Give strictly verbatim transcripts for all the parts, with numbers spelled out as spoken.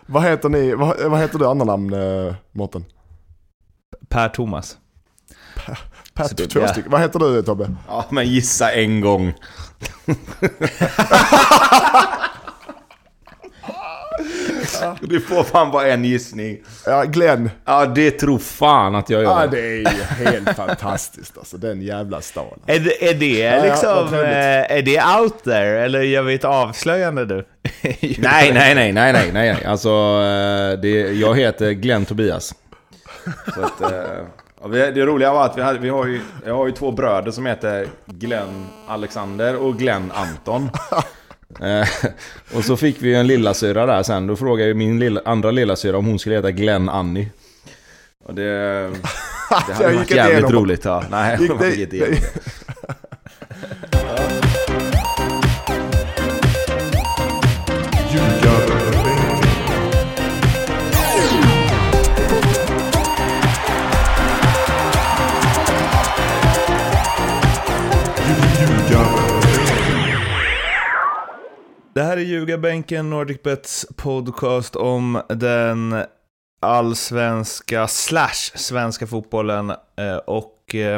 Vad heter ni, vad, vad heter du andra namn, äh, Mårten? Per Thomas. Per, per det, två stycken. Vad heter du, Tobbe? Ja, men gissa en gång. Det får fan vara en gissning. Ja, Glenn. Ja, det tror fan att jag gör. Ja, det är ju helt fantastiskt alltså, den jävla staden. Är det, är det liksom, ja, är det out there? Eller gör vi ett avslöjande nu? nej, nej, nej, nej, nej, nej. Alltså, det, jag heter Glenn Tobias. Så att, det roliga var att vi, hade, vi har ju, jag har ju två bröder som heter Glenn Alexander och Glenn Anton. Eh, och så fick vi en lilla syra där sen. Då frågade ju min lilla, andra lilla syra om hon skulle heta Glenn Annie. Och det, det hade varit jävligt igenom. Roligt. Ja. Nej, gick det gick igenom. Det här är Ljugarbänken, NordicBets podcast om den allsvenska slash svenska fotbollen eh, och eh,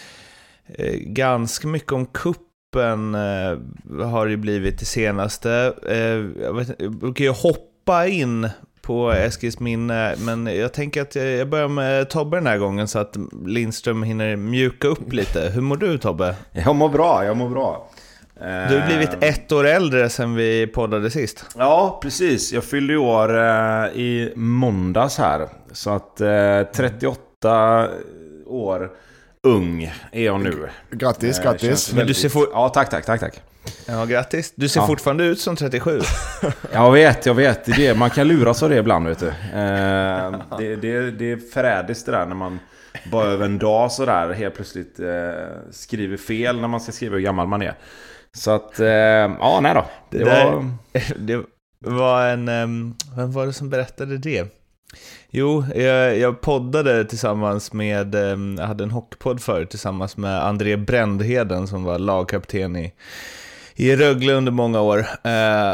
ganska mycket om kuppen eh, har det blivit det senaste. Eh, jag, vet, jag brukar ju hoppa in på Eskils minne, men jag tänker att jag börjar med Tobbe den här gången så att Lindström hinner mjuka upp lite. Hur mår du, Tobbe? Jag mår bra, jag mår bra. Du har blivit ett år äldre sen vi poddade sist. Ja, precis. Jag fyllde i år eh, i måndags här. Så att eh, trettioåtta år ung är jag nu. Grattis, eh, grattis. Men du ser for... Ja, tack, tack, tack, tack. Ja, grattis. Du ser ja. fortfarande ut som trettiosju. Jag vet, jag vet. Det är det. Man kan luras av det ibland, vet du. Eh, det, det, det är förrädiskt det där när man bara över en dag så där helt plötsligt eh, skriver fel när man ska skriva hur gammal man är. Så att, eh, ja, nej då. Det, det, där, var... det var en... Um, vem var det som berättade det? Jo, jag, jag poddade tillsammans med... Um, jag hade en hockeypodd förut tillsammans med André Brändheden som var lagkapten i, i Rögle under många år. Uh,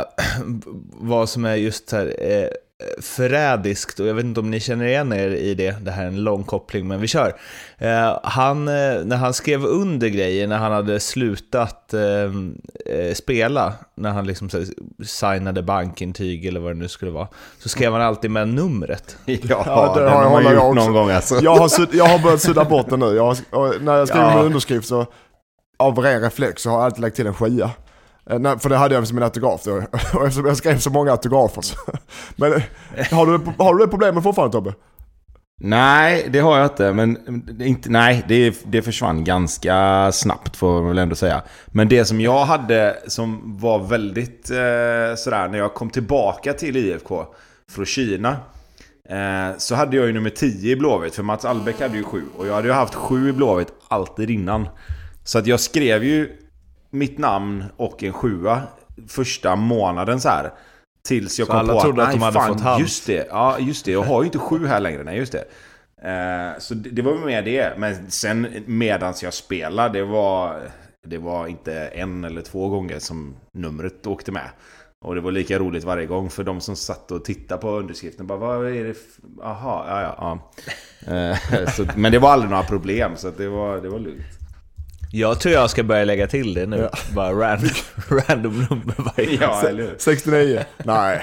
vad som är just så här... Uh, förrädiskt, och jag vet inte om ni känner igen er i det. Det här är en lång koppling, men vi kör. eh, han, eh, när han skrev under grejer, när han hade slutat eh, spela, när han liksom så, signade bankintyg eller vad det nu skulle vara, så skrev han alltid med numret. Ja, ja, det har jag, jag gjort någon gång alltså. jag, har sud- jag har börjat sudda bort det nu. Jag har, när jag skriver ja. med underskrift så av ren reflex så har jag alltid lagt till en skia. Nej, för det hade jag som en autograf då. Och eftersom jag skrev så många autografer så. Men har du, har du det problemet fortfarande, Tobbe? Nej, det har jag inte. Men inte, nej, det, det försvann ganska snabbt får man väl ändå säga. Men det som jag hade som var väldigt eh, sådär, när jag kom tillbaka till I F K från Kina, eh, så hade jag ju nummer tio i Blåvitt. För Mats Albeck hade ju sju. Och jag hade ju haft sju i Blåvitt alltid innan. Så att jag skrev ju mitt namn och en sjua första månaden så här, tills jag så kom alla på trodde att, att de hade fan, fått hand. just det, ja just det, jag har ju inte sju här längre, nej just det. Eh, så det, det var med det, men sen medans jag spelade, det var det var inte en eller två gånger som numret åkte med. Och det var lika roligt varje gång för de som satt och tittade på underskriften. Bara, vad är det? F- Aha, ja, ja, ja. Eh, så, men det var aldrig några problem, så att det var, det var lugnt. Jag tror jag ska börja lägga till det nu. Ja. Bara random, random nummer varje ja, eller sextionio. Nej.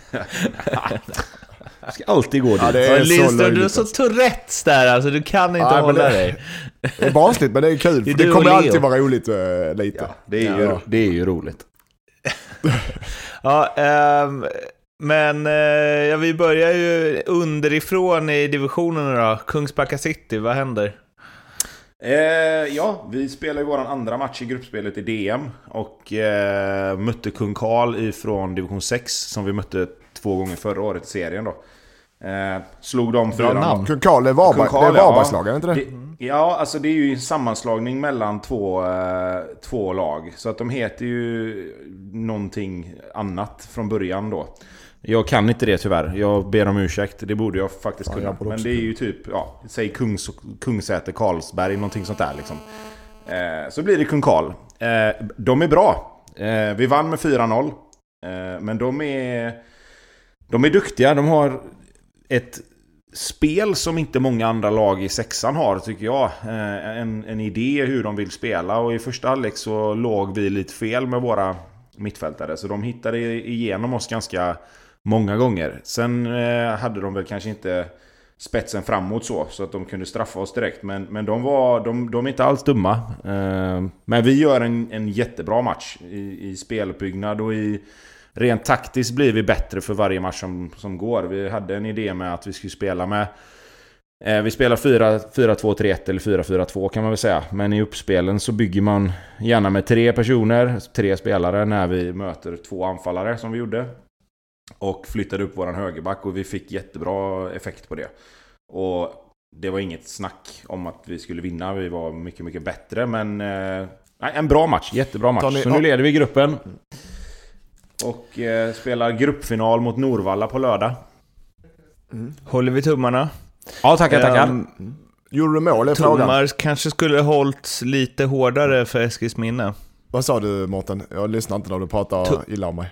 Jag ska alltid gå dit. Ja, det är Lindström, du är så Tourettes där. Alltså, du kan inte ja, hålla det, dig. Det är barnsligt, men det är kul. Det, är det kommer alltid vara roligt uh, lite. Ja, det, är ju, ja. det är ju roligt. Ja, um, men uh, ja, vi börjar ju underifrån i divisionerna då. Kungsbacka City, vad händer? Eh, ja, vi spelar ju våran andra match i gruppspelet i D M och eh, mötte Kung Karl ifrån division sex som vi mötte två gånger förra året i serien då. Eh, slog de fyra namn. Kung Karl är Varbergslagen, inte det? det? Ja, alltså det är ju en sammanslagning mellan två, eh, två lag. Så att de heter ju någonting annat från början då. Jag kan inte det tyvärr. Jag ber om ursäkt. Det borde jag faktiskt kunna. Ja, men det är ju typ, ja, säg Kungs, Kungsäter, Karlsberg, någonting sånt där liksom. Eh, så blir det Kung Karl. Eh, de är bra. Eh, vi vann med fyra noll. Eh, men de är... de är duktiga. De har ett spel som inte många andra lag i sexan har, tycker jag. En, en idé hur de vill spela. Och i första halvlek så låg vi lite fel med våra mittfältare. Så de hittade igenom oss ganska många gånger. Sen hade de väl kanske inte spetsen framåt så, så att de kunde straffa oss direkt. Men, men de, var, de, de är inte alls dumma. Men vi gör en, en jättebra match i, i speluppbyggnad och i rent taktiskt blir vi bättre för varje match som, som går. Vi hade en idé med att vi skulle spela med eh, vi spelar fyra två tre ett eller fyra fyra två kan man väl säga. Men i uppspelen så bygger man gärna med tre personer, tre spelare när vi möter två anfallare som vi gjorde. Och flyttade upp våran högerback och vi fick jättebra effekt på det. Och det var inget snack om att vi skulle vinna. Vi var mycket, mycket bättre. Men eh, en bra match, jättebra match. Ni, så nu leder vi gruppen. Och eh, spelar gruppfinal mot Norvalla på lördag. Mm. Håller vi tummarna? Ja, tackar, tackar. Um, Gjorde du mål i frågan? Tummar kanske skulle hållit lite hårdare för Eskilsminne. Vad sa du, Mårten? Jag lyssnar inte när du pratar T- illa om mig.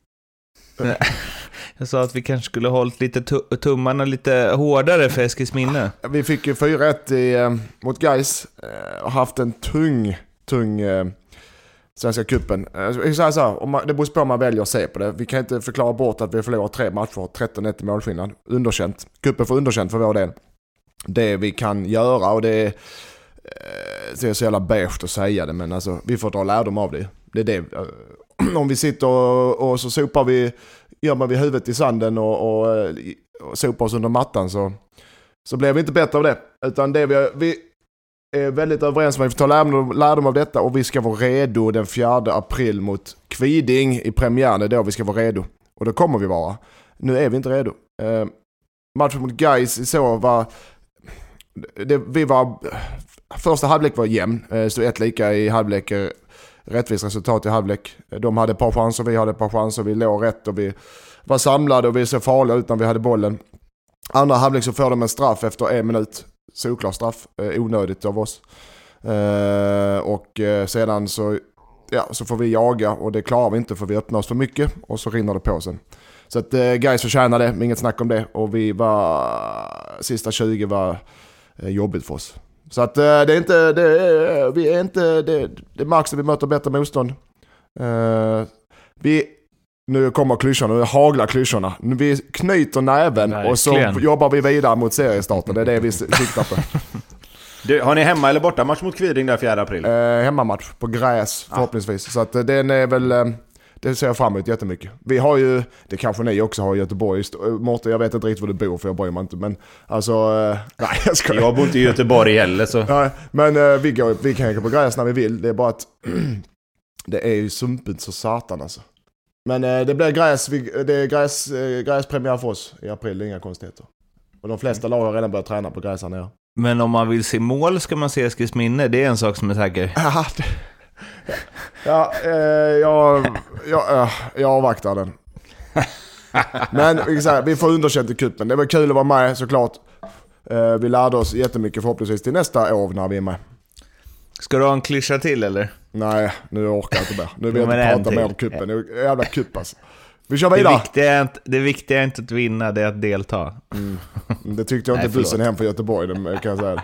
Jag sa att vi kanske skulle hållit lite t- tummarna lite hårdare för Eskilsminne. Vi fick ju fyra ett i, eh, mot Gais och haft en tung, tung... Eh, Svenska kuppen. Jag säger så här, om man, det beror på om man väljer att se på det. Vi kan inte förklara bort att vi förlorar tre matcher, tretton ett i målskillnad. Underkänt. Kuppen får underkänt för vår del. Det vi kan göra, och det är, det är så jävla beige att säga det, men alltså, vi får dra lärdom av det. Det är det. Om vi sitter och, och så sopar vi, gör man vi huvudet i sanden och, och, och sopar oss under mattan, så, så blir vi inte bättre av det. Utan det vi... vi är väldigt överens om att vi får ta lärdom, lärdom av detta, och vi ska vara redo den fjärde april mot Kviding i premiären. Det är då vi ska vara redo. Och då kommer vi vara. Nu är vi inte redo. Eh, matchen mot Gais så var... Det, vi var... Första halvlek var jämn. Eh, så ett lika i halvlek. Rättvis resultat i halvlek. De hade ett par chanser, vi hade ett par chanser. Vi låg rätt och vi var samlade och vi såg farliga ut när vi hade bollen. Andra halvlek så får de en straff efter en minut. Solklar straff, eh, onödigt av oss. Eh, och eh, sedan så, ja, så får vi jaga, och det klarar vi inte för vi öppnar oss för mycket och så rinner det på sen. Så att eh, Gais förtjänar det, inget snack om det. Och vi var, sista tjugo var eh, jobbigt för oss. Så att eh, det är inte, det är, vi är inte, det, det märks att vi möter bättre motstånd. Eh, vi Nu kommer klyschorna, nu haglar klyschorna. Vi knyter näven. Verkligen. Och så jobbar vi vidare mot seriestarten. Det är det vi siktar på. Du, har ni hemma eller borta match mot Kviding där fjärde april? Eh, hemmamatch på gräs förhoppningsvis. Ah. Så att den är väl, det ser jag fram emot jättemycket. Vi har ju, det kanske ni också har i Göteborg. Mårten, jag vet inte riktigt var du bor, för jag bryr mig inte. Men alltså, nej jag ska. Jag bor inte i Göteborg heller så. Nej, men vi, går, vi kan gå på gräs när vi vill. Det är bara att det är ju sumpigt så satan alltså. Men eh, det blir gräs, det är gräs, eh, gräspremiär för oss i april, inga konstigheter. Och de flesta lag har redan börjat träna på gräs här nere. Men om man vill se mål ska man se Eskilsminne, det är en sak som är säker. Ja, det, ja eh, jag, jag, jag avvaktar den. Men här, vi får underkänt i kuppen. Det var kul att vara med såklart. Eh, vi lärde oss jättemycket förhoppningsvis till nästa år när vi är med. Ska du ha en klyscha till eller? Nej, nu orkar jag inte mer. Nu vill jag inte prata mer om kuppen. Nu är jävla kupp alltså. Vi kör vidare. Det viktiga är inte, det viktiga är inte att vinna, det är att delta. Mm. Det tyckte jag inte. Nej, bussen hem för Göteborg, det kan jag säga.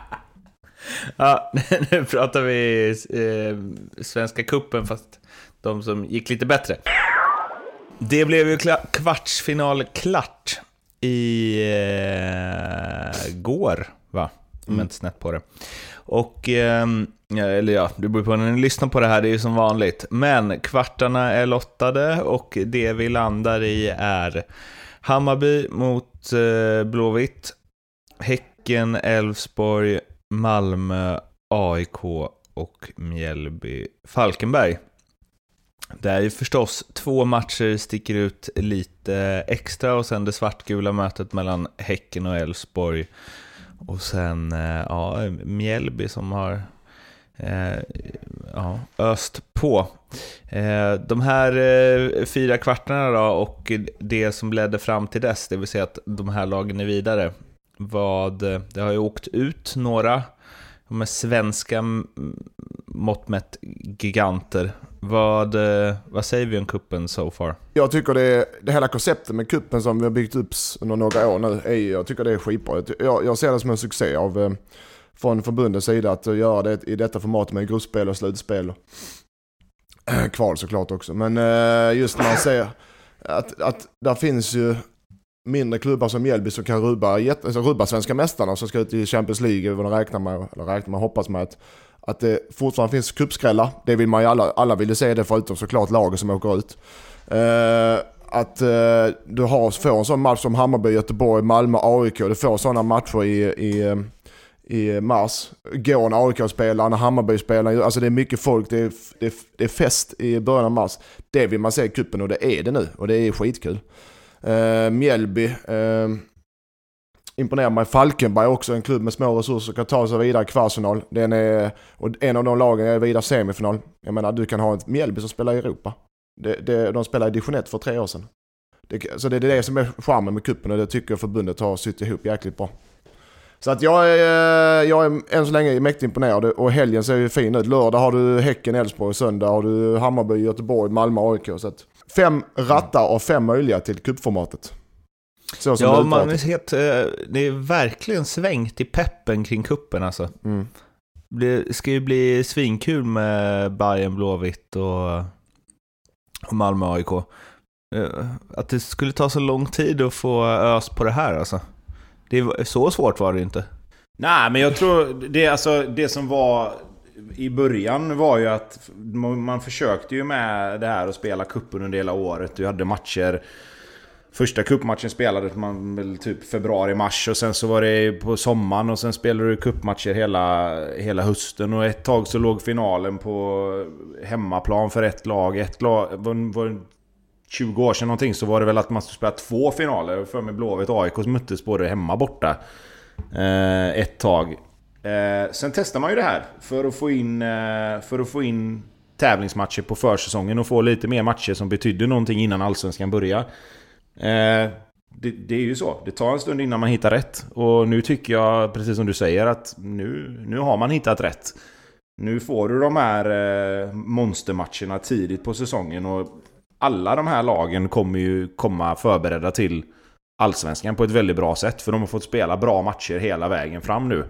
Ja, nu pratar vi eh, Svenska kuppen, fast de som gick lite bättre. Det blev ju kvartsfinal klart i eh, går, va? Om jag inte snett på det. Och, eh, eller ja, det beror på när ni lyssnar på det här, det är ju som vanligt. Men kvartarna är lottade och det vi landar i är Hammarby mot eh, Blåvitt, Häcken, Elfsborg, Malmö, A I K och Mjällby, Falkenberg. Det är ju förstås två matcher sticker ut lite extra, och sen det svartgula mötet mellan Häcken och Elfsborg. Och sen ja, Mjällby som har eh, ja, öst på. Eh, de här eh, fyra kvartarna då, och det som ledde fram till dess, det vill säga att de här lagen är vidare. Vad, det har ju åkt ut några, de här svenska mått mätt giganter. Vad, vad säger vi om kuppen so far? Jag tycker det, det hela konceptet med kuppen som vi har byggt upp under några år nu, är, jag tycker det är skitbra. Jag, jag ser det som en succé av, från förbundets sida att göra det i detta format med gruppspel och slutspel. Kval såklart också. Men just när man ser att, att där finns ju mindre klubbar som Mjällby som kan rubba, alltså rubba svenska mästarna som ska ut i Champions League, vad de räknar med, eller räknar med, hoppas med att, att det fortfarande finns cupskrällar. Det vill man ju alla, alla vill se det, förutom såklart laget som åker ut. Uh, att uh, du har, får en sån match som Hammarby, Göteborg, Malmö, A I K. Du får sådana matcher i, i, i mars. Går när A I K spelar, när Hammarby spelar. Alltså det är mycket folk, det är, det är, det är fest i början av mars. Det vill man se i kuppen och det är det nu. Och det är skitkul. Uh, Mjällby uh, imponerar mig. Falkenberg också, en klubb med små resurser, kan ta sig vidare i kvartsfinal. Den är, och en av de lagen är vidare semifinal. Jag menar, du kan ha ett Mjällby som spelar i Europa. Det, det, de spelade i division ett för tre år sedan. Det, så det är det som är charmen med kuppen och det tycker jag förbundet har sytt ihop jäkligt bra. Så att jag är, jag är än så länge mäktigt imponerad och helgen ser ju fin ut. Lördag har du Häcken, Elfsborg, söndag har du Hammarby, Göteborg, Malmö, A I K. Så att fem rattar och fem möjliga till kuppformatet. Så som ja, man är helt, det är verkligen svängt i peppen kring kuppen alltså. Mm. Det ska ju bli svinkul med Bayern, Blåvitt och, och Malmö, A I K. Att det skulle ta så lång tid att få ös på det här alltså. Det är, så svårt var det inte. Nej, men jag tror det, alltså, det som var i början var ju att man försökte ju med det här att spela kuppen under hela året. Du hade matcher. Första cupmatchen spelades man väl typ februari-mars och sen så var det på sommaren och sen spelade du cupmatcher hela, hela hösten och ett tag så låg finalen på hemmaplan för ett lag. Ett lag var, var tjugo år sedan någonting så var det väl att man skulle spela två finaler för med Blåvitt och A I K som möttes både hemma borta eh, ett tag. Eh, sen testar man ju det här för att få in, eh, för att få in tävlingsmatcher på försäsongen och få lite mer matcher som betydde någonting innan allsvenskan börjar. Eh, det, det är ju så. Det tar en stund innan man hittar rätt. Och nu tycker jag, precis som du säger, att nu, nu har man hittat rätt. Nu får du de här eh, monstermatcherna tidigt på säsongen. Och alla de här lagen kommer ju komma förberedda till allsvenskan på ett väldigt bra sätt. För de har fått spela bra matcher hela vägen fram nu.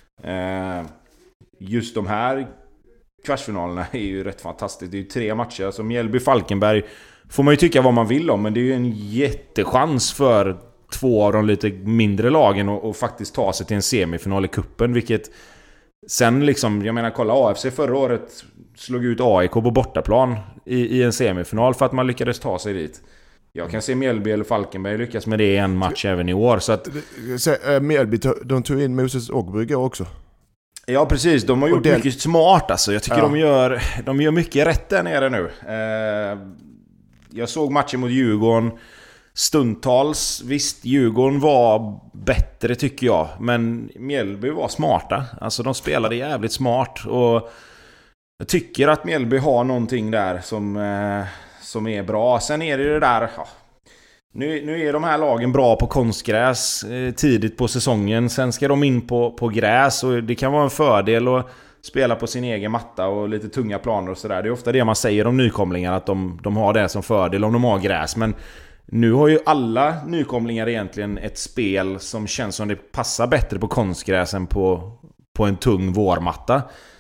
Eh, just de här kvartsfinalerna är ju rätt fantastiskt. Det är ju tre matcher. Alltså Mjällby-Falkenberg får man ju tycka vad man vill om, men det är ju en jättechans för två av de lite mindre lagen att, att faktiskt ta sig till en semifinal i kuppen, vilket sen liksom, jag menar, kolla A F C förra året slog ut A I K på bortaplan i, i en semifinal för att man lyckades ta sig dit. Jag kan se Mjällby eller Falkenberg lyckas med det i en match även i år, så att Mjällby, de tog in Moses Ågbrygge också. Ja, precis. De har gjort den mycket smart alltså. Jag tycker ja. de, gör, de gör mycket rätt där nere nu. Eh, jag såg matchen mot Djurgården stundtals. Visst, Djurgården var bättre tycker jag. Men Mjällby var smarta. Alltså de spelade jävligt smart. Och jag tycker att Mjällby har någonting där som, eh, som är bra. Sen är det det där... Ja. Nu, nu är de här lagen bra på konstgräs eh, tidigt på säsongen. Sen ska de in på, på gräs. Och det kan vara en fördel att spela på sin egen matta och lite tunga planer och sådär. Det är ofta det man säger om nykomlingar, att de, de har det som fördel om de har gräs. Men nu har ju alla nykomlingar egentligen ett spel som känns som det passar bättre på konstgräs än på, på en tung vårmatta.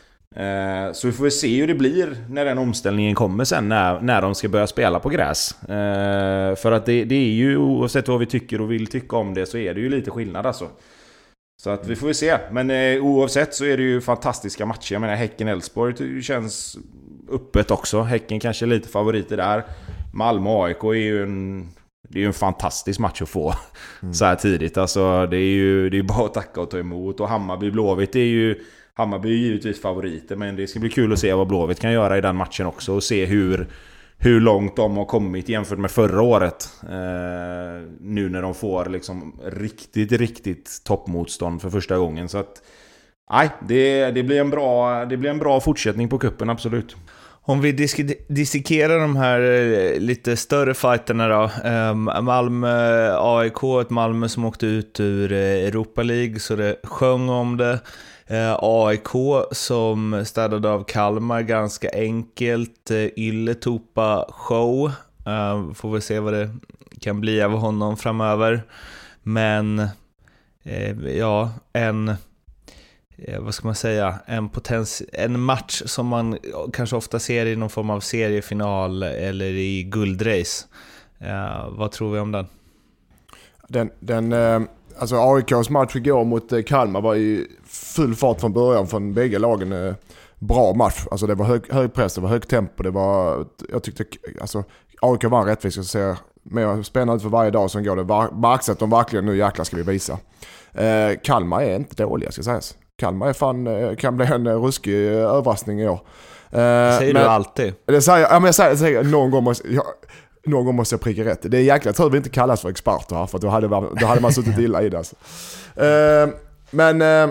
Eh, så vi får se hur det blir när den omställningen kommer sen, när, när de ska börja spela på gräs. Eh, för att det, det är ju, oavsett vad vi tycker och vill tycka om det, så är det ju lite skillnad alltså. Så att vi får väl se. Men eh, oavsett så är det ju fantastiska matcher. Jag menar, Häcken-Elfsborg känns öppet också. Häcken kanske är lite favoriter där. Malmö-A I K är ju en... Det är ju en fantastisk match att få mm. så här tidigt. Alltså, det är ju det är bara att tacka och ta emot. Och Hammarby-Blåvitt är ju... Hammarby är givetvis favoriter, men det ska bli kul att se vad Blåvitt kan göra i den matchen också. Och se hur, hur långt de har kommit jämfört med förra året. Eh, nu när de får liksom riktigt, riktigt toppmotstånd för första gången. Så att, nej, det, det, blir en bra, det blir en bra fortsättning på kuppen, absolut. Om vi disk- dissekerar de här eh, lite större fighterna då. Eh, Malmö, A I K, ett Malmö som åkte ut ur eh, Europa League, så det sjöng om det. Eh, A I K som städade av Kalmar ganska enkelt. Eh, Ylle Topa show. Eh, får vi se vad det kan bli av honom framöver. Men eh, ja, en... vad ska man säga, en, potens- en match som man kanske ofta ser i någon form av seriefinal eller i guldrace. Uh, vad tror vi om den? Den, den uh, alltså A I K:s match igår mot uh, Kalmar var i full fart från början från bägge lagen. Uh, bra match. Alltså det var hög, hög press, det var högt tempo. Det var, jag tyckte, alltså A I K var en rättvis. Jag ser mer spännande ut för varje dag som går. Det var märks att de verkligen nu jäkla ska vi visa. Uh, Kalmar är inte dåliga, ska sägas. Kalmar är fan, kan bli en ruskig överraskning i år. Det säger men, du alltid. Det säger, ja, men jag säger, säger någon, gång måste, jag, någon gång måste jag pricka rätt. Det är jäkla tur vi inte kallas för experter här, för då hade, då hade man suttit illa i det. Alltså. Uh, men uh,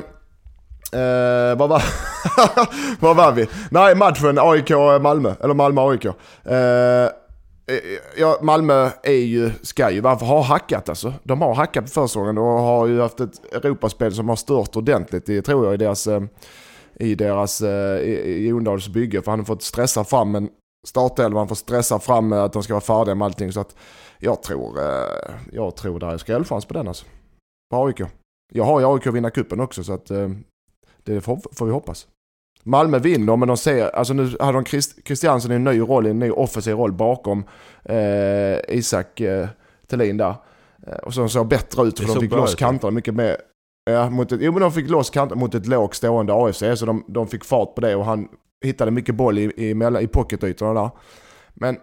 uh, vad, var, vad var vi? Nej, matchen A I K-Malmö, eller Malmö-A I K. Uh, Ja, Malmö är ju, ska ju varför ha hackat alltså. De har hackat på försäsongen och har ju haft ett Europaspel som har stört ordentligt i, tror jag, i deras i deras i, i Ondals bygge, för han har fått stressa fram en startelva, han får stressa fram att de ska vara färdiga med allting, så att jag tror jag tror där är skrällchans på den alltså. På A I K. Jag har ju A I K vinna kuppen också, så att det får, får vi hoppas. Malmö vinner, men de ser, alltså nu hade de Christ, Christiansen i en ny roll, i en ny offensiv roll bakom eh, Isak eh, Thelin där. Eh, och så såg bättre ut, för de fick loss kanterna mycket mer. Ja, mot ett, jo, men de fick loss kanterna mot ett lågt stående A F C, så de, de fick fart på det, och han hittade mycket boll i, i, i pocketytorna där. Men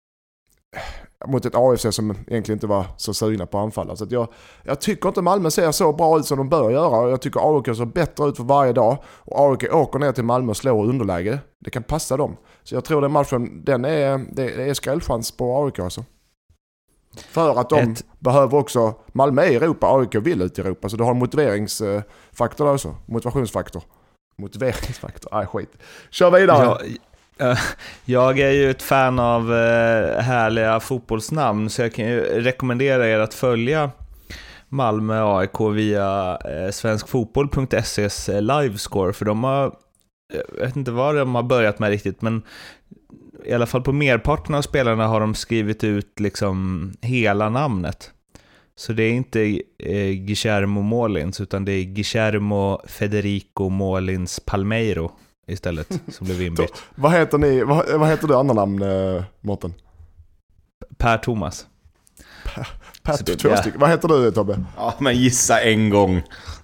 mot ett A F C som egentligen inte var så sugna på anfall. Så att jag, jag tycker inte Malmö ser så bra ut som de bör göra. Jag tycker A I K ser bättre ut för varje dag. Och A I K åker ner till Malmö och slår underläge. Det kan passa dem. Så jag tror den matchen, den är, det är skrällchans på A I K alltså. För att de Ett. behöver också, Malmö är i Europa, A I K vill ut i Europa. Så du har en motiveringsfaktor där också. Motivationsfaktor. Motiveringsfaktor, nej skit. Kör vidare. Ja. Jag är ju ett fan av härliga fotbollsnamn, så jag kan ju rekommendera er att följa Malmö A I K via svenskfotboll punkt se's livescore, för de har, jag vet inte vad de har börjat med riktigt, men i alla fall på merparten av spelarna har de skrivit ut liksom hela namnet. Så det är inte eh, Guillermo Molins, utan det är Guillermo Federico Molins Palmeiro istället, som blev inbytt. Vad heter ni? Vad, vad heter du andra namn, äh, Mårten? Per Thomas. Per, per det, två stycken. Ja. Vad heter du, Tobbe? Ja, men gissa en gång.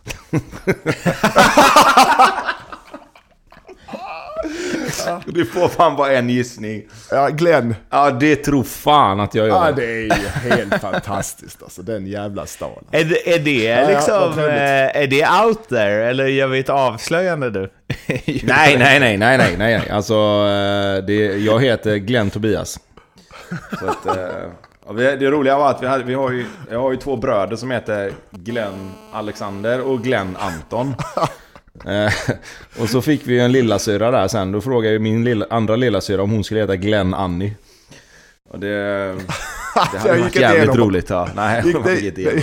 Det får fan vara en gissning. Ja, Glenn. Ja, det tror fan att jag gör. Ja, det är ju helt fantastiskt alltså, den jävla staden. Är det, är det liksom, ja, är det out there, eller gör vi ett avslöjande nu? nej, nej, nej, nej, nej, nej. Alltså, det, jag heter Glenn Tobias. Så att, det roliga var att vi, hade, vi har ju, jag har ju två bröder som heter Glenn Alexander och Glenn Anton. Eh, och så fick vi en lilla syra där sen. Då frågade jag min lilla, andra lilla syra om hon skulle heta Glenn Annie. Och det, det hade varit jävligt roligt. Ja. Nej, gick det, gick det,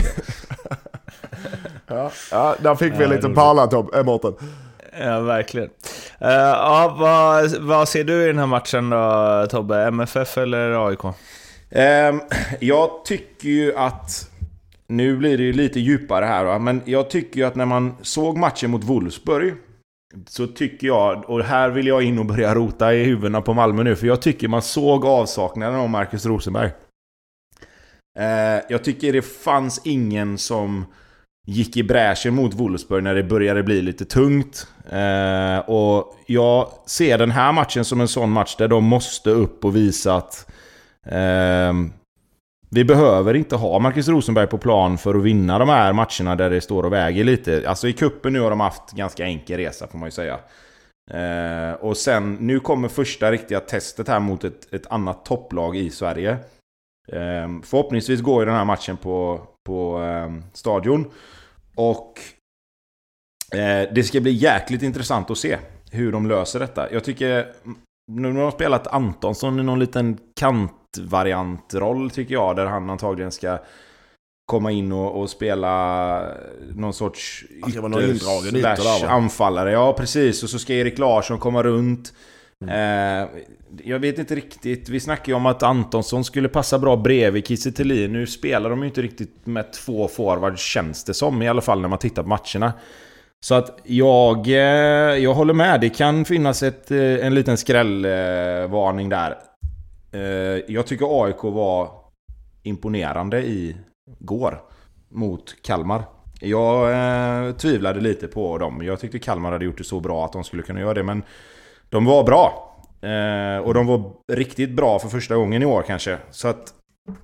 ja, ja, där fick vi en liten parla, Tom, äh, Mårten. Ja, verkligen. Uh, ja, vad, vad ser du i den här matchen då, Tobbe? M F F eller A I K? Um, jag tycker ju att, nu blir det ju lite djupare här, va? Men jag tycker ju att när man såg matchen mot Wolfsburg, så tycker jag, och här vill jag in och börja rota i huvudena på Malmö nu, för jag tycker man såg avsaknaden av Marcus Rosenberg. Uh, jag tycker det fanns ingen som gick i bräschen mot Wolfsburg när det började bli lite tungt. Uh, och jag ser den här matchen som en sån match där de måste upp och visa att uh, vi behöver inte ha Marcus Rosenberg på plan för att vinna de här matcherna där det står och väger lite. Alltså i kuppen nu har de haft ganska enkel resa, får man ju säga. Uh, och sen, nu kommer första riktiga testet här mot ett, ett annat topplag i Sverige. Uh, förhoppningsvis går ju den här matchen på, på uh, stadion. Och uh, det ska bli jäkligt intressant att se hur de löser detta. Jag tycker nu har de spelat Antonsson i någon liten kantvariantroll tycker jag, där han antagligen ska komma in och, och spela någon sorts ytter, anfallare. Ja, precis. Och så ska Erik Larsson komma runt. Mm. Eh, jag vet inte riktigt. Vi snackar ju om att Antonsson skulle passa bra bredvid Kiese Thelin. Nu spelar de ju inte riktigt med två forwards, känns det som, i alla fall när man tittar på matcherna. Så att jag, jag håller med. Det kan finnas ett, en liten skrällvarning där. Jag tycker A I K var imponerande i går mot Kalmar. Jag eh, tvivlade lite på dem. Jag tyckte Kalmar hade gjort det så bra att de skulle kunna göra det. Men de var bra. Eh, och de var riktigt bra för första gången i år kanske. Så att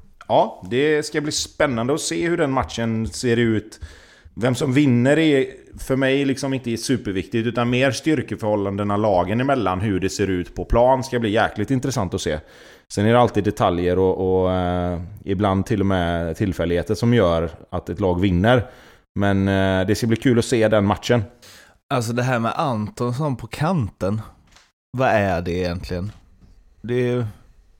ja, det ska bli spännande att se hur den matchen ser ut. Vem som vinner är för mig liksom inte superviktigt, utan mer styrkeförhållandena lagen emellan, hur det ser ut på plan, ska bli jäkligt intressant att se. Sen är det alltid detaljer och, och eh, ibland till och med tillfälligheter som gör att ett lag vinner. Men eh, det ska bli kul att se den matchen. Alltså det här med Antonsson på kanten, vad är det egentligen? Det är ju,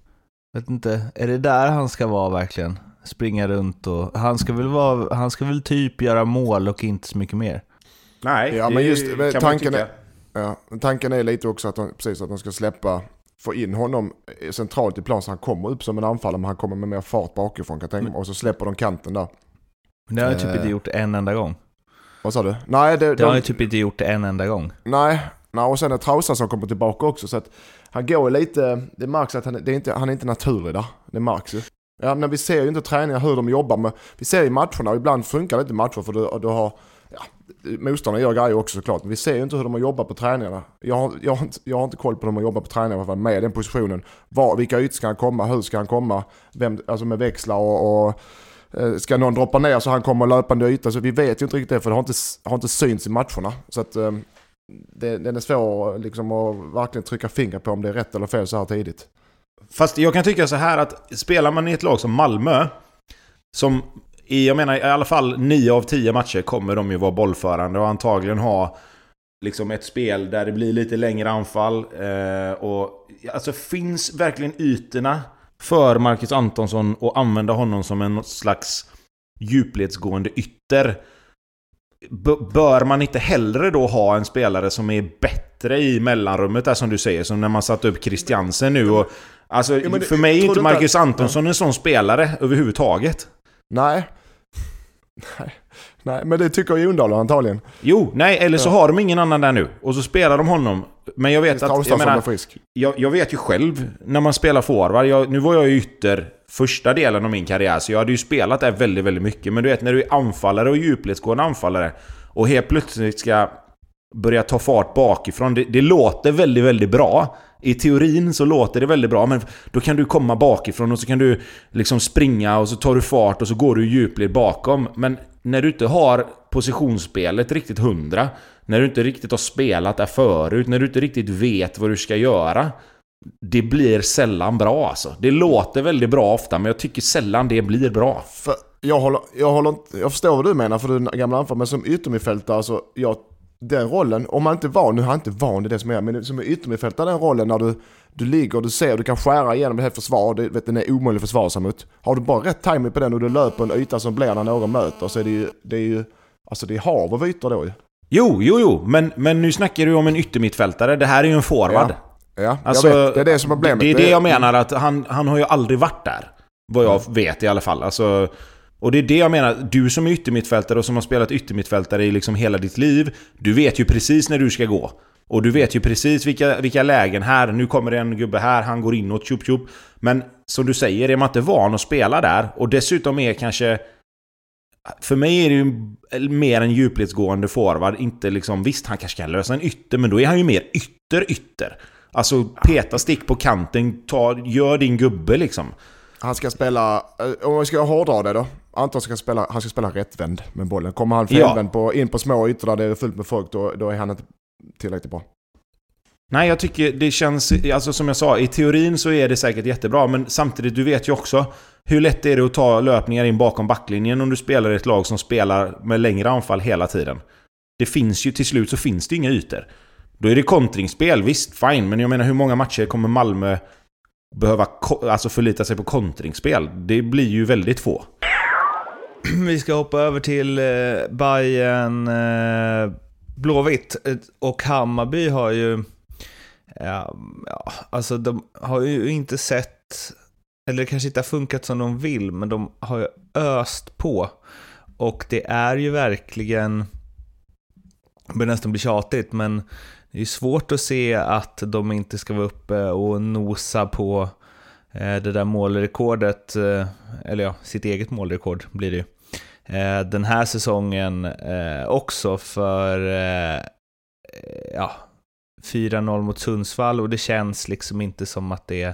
vet inte, är det där han ska vara verkligen? Springa runt och han ska väl vara, han ska väl typ göra mål och inte så mycket mer. Nej, ja, men just tanken är, ja, tanken är lite också att de, precis att de ska släppa, få in honom centralt i plan så han kommer upp som en anfallare, men han kommer med mer fart bakifrån, kan tänka mig, och så släpper de kanten där. Det har jag typ eh. inte gjort en enda gång. Vad sa du? Nej, det, det de, har jag typ inte gjort en enda gång. Nej, nej, och sen är Trausa som kommer tillbaka också, så att han går lite, det märks att han, det är inte, han är inte naturlig där, det märks ju. Ja, men vi ser ju inte träningar hur de jobbar med, vi ser i matcherna, och ibland funkar det inte matcher för du, du har, ja, motståndarna gör grejer också såklart, men vi ser ju inte hur de har jobbat på träningarna. Jag har, jag har, inte, jag har inte koll på hur de har jobbat på träningarna med den positionen. Var, vilka ytor ska han komma, hur ska han komma, vem, alltså med växlar och, och ska någon droppa ner så han kommer löpande yta, så vi vet ju inte riktigt det, för det har inte, har inte synts i matcherna. Så att det, det är svårt liksom att verkligen trycka finger på om det är rätt eller fel så här tidigt. Fast jag kan tycka så här att spelar man i ett lag som Malmö, som i, jag menar i alla fall nio av tio matcher kommer de ju vara bollförande och antagligen ha liksom ett spel där det blir lite längre anfall eh, och alltså finns verkligen ytorna för Marcus Antonsson och använda honom som en slags djupledsgående ytter. B- bör man inte hellre då ha en spelare som är bättre i mellanrummet där, som du säger, som när man satt upp Christiansen nu och alltså ja, det, för mig är inte Marcus att, Antonsson ja. en sån spelare överhuvudtaget. Nej. Nej. Nej, men det tycker Jondal antagligen. Jo, nej, eller så ja. har de ingen annan där nu och så spelar de honom. Men jag vet att jag, menar, jag, jag vet ju själv när man spelar forward, jag, nu var jag ju ytter första delen av min karriär, så jag hade ju spelat där väldigt, väldigt mycket. Men du vet, när du är anfallare och djupledsgående anfallare och helt plötsligt ska börja ta fart bakifrån, det, det låter väldigt, väldigt bra. I teorin så låter det väldigt bra, men då kan du komma bakifrån och så kan du liksom springa och så tar du fart och så går du djupled bakom. Men när du inte har positionsspelet riktigt hundra, när du inte riktigt har spelat där förut, när du inte riktigt vet vad du ska göra, det blir sällan bra alltså. Det låter väldigt bra ofta, men jag tycker sällan det blir bra. För jag, håller, jag, håller inte, jag förstår vad du menar, för du är gamla anfall, men som yttermittfältare, alltså, jag, den rollen, om man inte var, nu har jag inte van i det som är, men som är yttermittfältare, den rollen när du, du ligger, du ser, du kan skära igenom det här försvar, det, vet, den är omöjlig försvarsam mot. Har du bara rätt timing på den och du löper en yta som blir när någon möter, så är det ju, det är ju alltså det är hav av ytor då ju. Jo, jo, jo, men, men nu snackar du om en yttermittfältare, det här är ju en forward. Ja. Ja, alltså, jag vet, det är det som är problemet. Det är det jag menar, att han, han har ju aldrig varit där. Vad jag mm. vet i alla fall. Alltså, och det är det jag menar, du som är yttermittfältare och som har spelat yttermittfältare i liksom hela ditt liv, du vet ju precis när du ska gå. Och du vet ju precis vilka, vilka lägen här, nu kommer det en gubbe här, han går inåt, tjup tjup. Men som du säger, är man inte van att spela där, och dessutom är kanske, för mig är det ju mer en djupledsgående forward, inte liksom, visst han kanske kan lösa en ytter, men då är han ju mer ytter ytter. Alltså peta stick på kanten, ta, gör din gubbe liksom. Han ska spela, om vi ska hårdra det då, Anton ska spela, han ska spela rättvänd med bollen. Kommer han felvänd ja. på, in på små ytor där det är fullt med folk, då, då är han inte tillräckligt bra. Nej, jag tycker det känns, alltså som jag sa, i teorin så är det säkert jättebra, men samtidigt, du vet ju också hur lätt är det att ta löpningar in bakom backlinjen om du spelar i ett lag som spelar med längre anfall hela tiden. Det finns ju, till slut så finns det inga ytor. Då är det kontringsspel, visst, fine. Men jag menar, hur många matcher kommer Malmö behöva ko- alltså förlita sig på kontringsspel? Det blir ju väldigt få. Vi ska hoppa över till eh, Bayern eh, Blåvitt. Och Hammarby har ju... Ja, ja, alltså de har ju inte sett... Eller kanske inte har funkat som de vill, men de har ju öst på. Och det är ju verkligen... Det börjar nästan bli tjatigt, men det är svårt att se att de inte ska vara uppe och nosa på eh, det där målrekordet, eh, eller ja, sitt eget målrekord blir det ju. Eh, den här säsongen eh, också för eh, ja, fyra noll mot Sundsvall, och det känns liksom inte som att det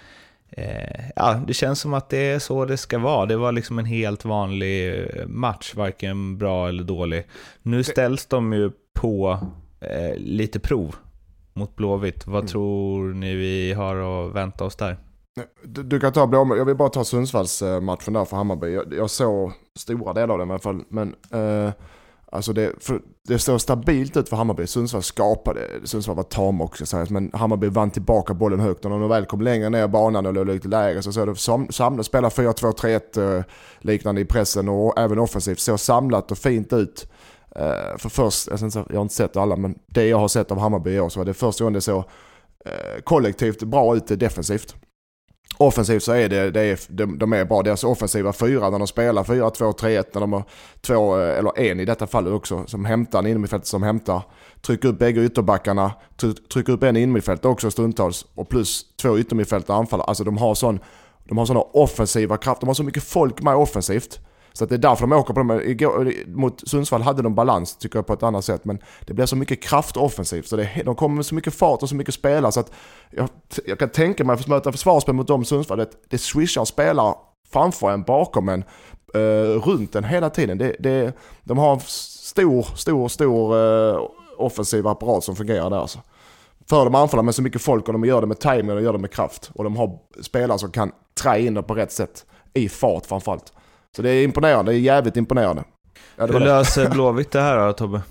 eh, ja, det känns som att det är så det ska vara. Det var liksom en helt vanlig match, varken bra eller dålig. Nu ställs de ju på eh, lite prov mot Blåvitt. Vad mm. tror ni vi har att vänta oss där? Du, du kan ta Blå, jag vill bara ta Sundsvalls matchen där för Hammarby. Jag, jag såg stora delar av den i alla fall, men eh, alltså det, för, det står stabilt ut för Hammarby. Sundsvall skapade, Sundsvall var tam också, så här, men Hammarby vann tillbaka bollen högt, och när de väl kom längre ner banan och låg lite lägre så såg det sam, samla, spela fyra två tre ett eh, liknande i pressen och även offensivt, så samlat och fint ut. Uh, för först, jag, inte, jag har inte sett alla, men det jag har sett av Hammarby i år så var det första gången det så uh, kollektivt bra ut defensivt. Offensivt så är det, det är, de, de är bra. Deras offensiva fyra när de spelar fyra två tre ett, när de har två eller en i detta fallet också som hämtar en innermittfältare som hämtar, trycker upp bägge ytterbackarna, trycker upp en innermittfältare också stundtals, och plus två yttermittfältare anfaller. Alltså de har sån, de har såna offensiva kraft, de har så mycket folk med offensivt. Så att det är därför de åker på dem. Igår, mot Sundsvall hade de balans, tycker jag, på ett annat sätt. Men det blir så mycket kraft offensivt. Så det, de kommer med så mycket fart och så mycket spelare. Så att jag, jag kan tänka mig att möta försvarsspel mot dem Sundsvall. Det, det swishar spelare framför en, bakom en, uh, runt en hela tiden. Det, det, de har en stor, stor, stor uh, offensiv apparat som fungerar där. Alltså. För de anfaller med så mycket folk, och de gör det med timing och de gör det med kraft. Och de har spelare som kan trä in det på rätt sätt. I fart framförallt. Så det är imponerande, det är jävligt imponerande. Ja, Hur löser Blåvitt det här då, Tobbe?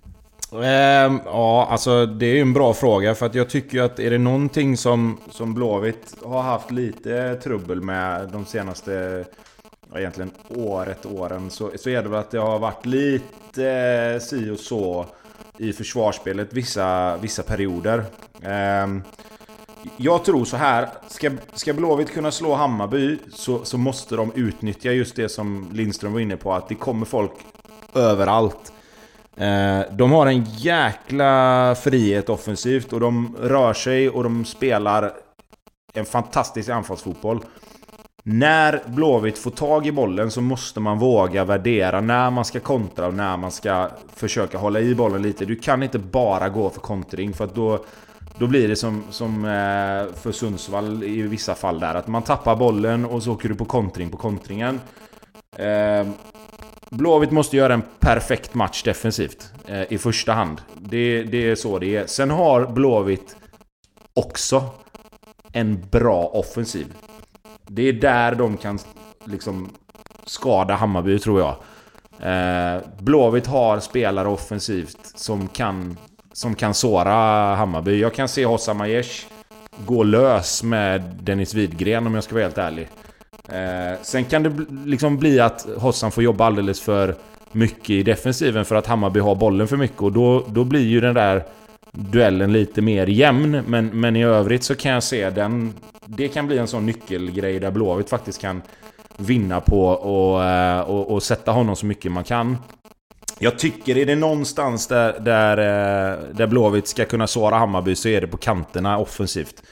Um, ja, alltså det är ju en bra fråga, för att jag tycker att är det någonting som, som Blåvitt har haft lite trubbel med de senaste, ja, egentligen året, åren, så, så är det väl att det har varit lite eh, si och så i försvarsspelet vissa, vissa perioder. Um, Jag tror så här, ska, ska Blåvitt kunna slå Hammarby så, så måste de utnyttja just det som Lindström var inne på, att det kommer folk överallt. Eh, de har en jäkla frihet offensivt, och de rör sig och de spelar en fantastisk anfallsfotboll. När Blåvitt får tag i bollen så måste man våga värdera när man ska kontra och när man ska försöka hålla i bollen lite. Du kan inte bara gå för kontring, för att då Då blir det som, som för Sundsvall i vissa fall där, att man tappar bollen och så åker du på kontring på kontringen. Eh, Blåvitt måste göra en perfekt match defensivt eh, i första hand. Det, det är så det är. Sen har Blåvitt också en bra offensiv. Det är där de kan liksom skada Hammarby, tror jag. Eh, Blåvitt har spelare offensivt som kan som kan såra Hammarby. Jag kan se Hossam Aiesh gå lös med Dennis Widgren, om jag ska vara helt ärlig. Eh, sen kan det liksom bli att Hossam får jobba alldeles för mycket i defensiven för att Hammarby har bollen för mycket, och då, då blir ju den där duellen lite mer jämn, men, men i övrigt så kan jag se den, det kan bli en sån nyckelgrej där Blåvitt faktiskt kan vinna på och, och, och sätta honom så mycket man kan. Jag tycker är det någonstans där, där, där Blåvitt ska kunna såra Hammarby, så är det på kanterna offensivt.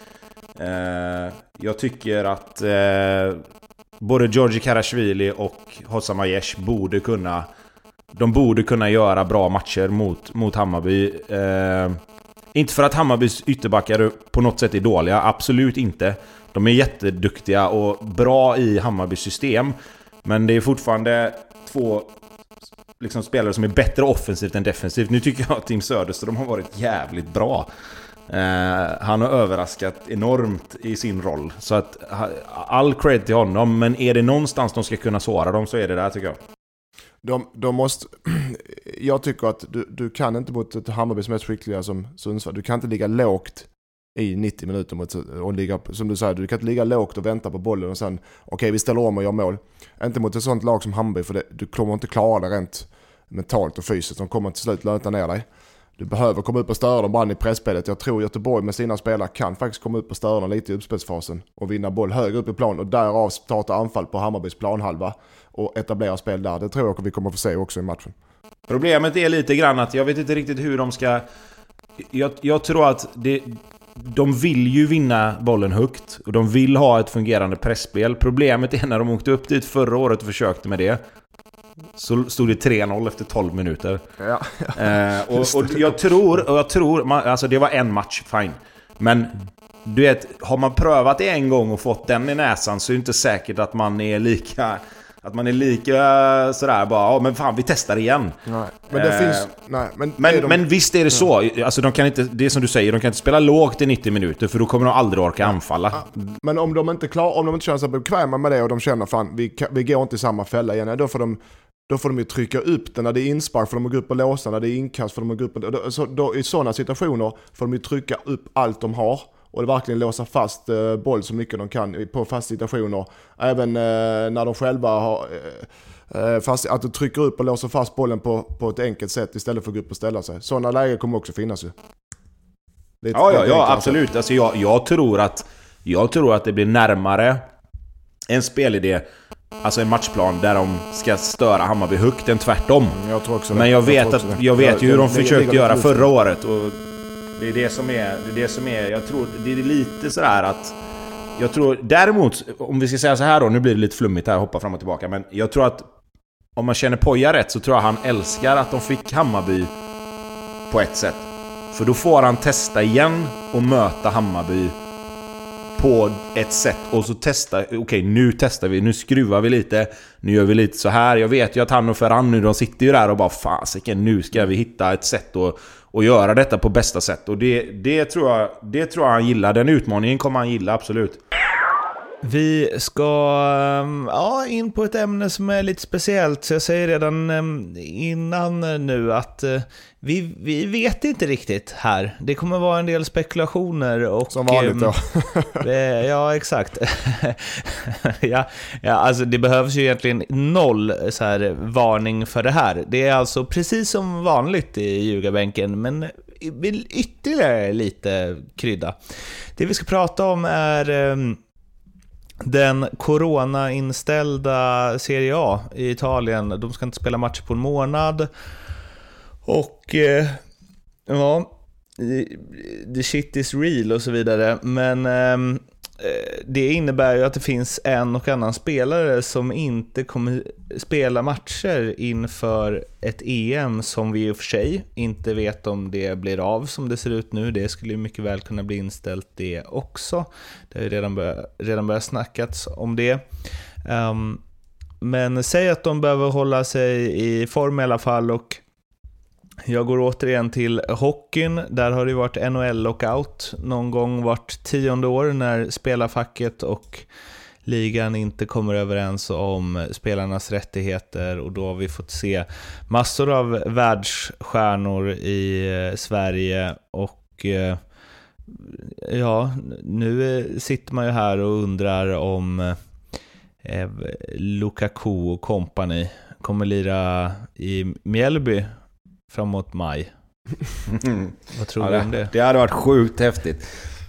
Jag tycker att både Georgi Karashvili och Hossam Aiesh borde kunna de borde kunna göra bra matcher mot, mot Hammarby. Inte för att Hammarbys ytterbackar på något sätt är dåliga, absolut inte. De är jätteduktiga och bra i Hammarbys system, men det är fortfarande två liksom spelare som är bättre offensivt än defensivt. Nu tycker jag att Tim Söderström har varit jävligt bra. Eh, han har överraskat enormt i sin roll. Så att all cred till honom, men är det någonstans de ska kunna såra dem så är det där, tycker jag. De, de måste, jag tycker att du, du kan inte mot ett Hammarby som är skickliga som Sundsvall, du kan inte ligga lågt i nittio minuter mot, och ligga, som du säger, du kan inte ligga lågt och vänta på bollen och sen okej okay, vi ställer om och gör mål. Inte mot ett sånt lag som Hammarby, för det, du kommer inte klara det rent mentalt och fysiskt. De kommer till slut löta ner dig. Du behöver komma upp och störa dem bara i pressspelet. Jag tror Göteborg med sina spelare kan faktiskt komma upp och störa dem lite i uppspelsfasen och vinna boll högre upp i plan och därav starta anfall på Hammarbys planhalva och etablera spel där. Det tror jag att vi kommer få se också i matchen. Problemet är lite grann att jag vet inte riktigt hur de ska... Jag, jag tror att det, de vill ju vinna bollen högt och de vill ha ett fungerande pressspel. Problemet är när de åkte upp dit förra året och försökte med det, så stod det tre noll efter tolv minuter. Ja, ja. Eh, och, och jag tror, och jag tror man, alltså det var en match, fine. Men du vet, har man prövat det en gång och fått den i näsan, så är det inte säkert att man är lika att man är lika sådär bara, ja men fan vi testar igen. Nej, men det eh, finns nej, men men, de, men visst är det så. Alltså de kan inte, det är som du säger, de kan inte spela lågt i nittio minuter för då kommer de aldrig orka anfalla. Men om de inte klar, om de inte känner sig bekväma med det och de känner fan vi, vi går inte i samma fälla igen, då får de Då får de ju trycka upp den när det är inspark, för de går upp och låsa, när det är inkast för de går upp och, då, så, då, i sådana situationer får de ju trycka upp allt de har och det verkligen låsa fast eh, boll så mycket de kan på fast situationer. Även eh, när de själva har eh, fast, att de trycker upp och låser fast bollen på, på ett enkelt sätt istället för att gå upp och ställa sig. Sådana lägen kommer också finnas ju. Det är ja, ja, ja, absolut. Alltså, jag, jag, tror att, jag tror att det blir närmare en spelidé, alltså en matchplan där de ska störa Hammarby högt än tvärtom. Jag tror också det. Men jag vet, jag att, jag vet ju hur de försökte göra förra året och det är det som är, det är det som är, jag tror det är lite sådär att jag tror, däremot om vi ska säga så här då, nu blir det lite flummigt här, hoppa fram och tillbaka, men jag tror att om man känner Poja rätt så tror jag han älskar att de fick Hammarby på ett sätt. För då får han testa igen och möta Hammarby på ett sätt och så testa, okej okay, nu testar vi, nu skruvar vi lite, nu gör vi lite så här. Jag vet ju att han och Ferran nu, de sitter ju där och bara fasiken, nu ska vi hitta ett sätt att, att göra detta på bästa sätt. Och det, det, tror jag, det tror jag han gillar, den utmaningen kommer han gilla, absolut. Vi ska ja, in på ett ämne som är lite speciellt. Så jag säger redan innan nu att vi, vi vet inte riktigt här. Det kommer vara en del spekulationer. Och, som vanligt då. Ja, exakt. ja, ja, alltså det behövs ju egentligen noll så här, varning för det här. Det är alltså precis som vanligt i ljugarbänken, men vill ytterligare lite krydda. Det vi ska prata om är den corona-inställda Serie A i Italien. De ska inte spela matcher på en månad. Och eh, ja, the shit is real och så vidare. Men eh, det innebär ju att det finns en och annan spelare som inte kommer spela matcher inför ett E M som vi i och för sig inte vet om det blir av som det ser ut nu. Det skulle ju mycket väl kunna bli inställt det också. Det har ju redan, bör- redan börjat snackats om det. Um, men säg att de behöver hålla sig i form i alla fall, och jag går återigen till hockeyn. Där har det varit N H L-lockout någon gång vart tionde år när spelarfacket och ligan inte kommer överens om spelarnas rättigheter, och då har vi fått se massor av världsstjärnor i Sverige och ja, nu sitter man ju här och undrar om eh, Lukaku och company kommer lira i Mjällby framåt maj. Vad tror ja, du det, om det? Det hade varit sjukt häftigt.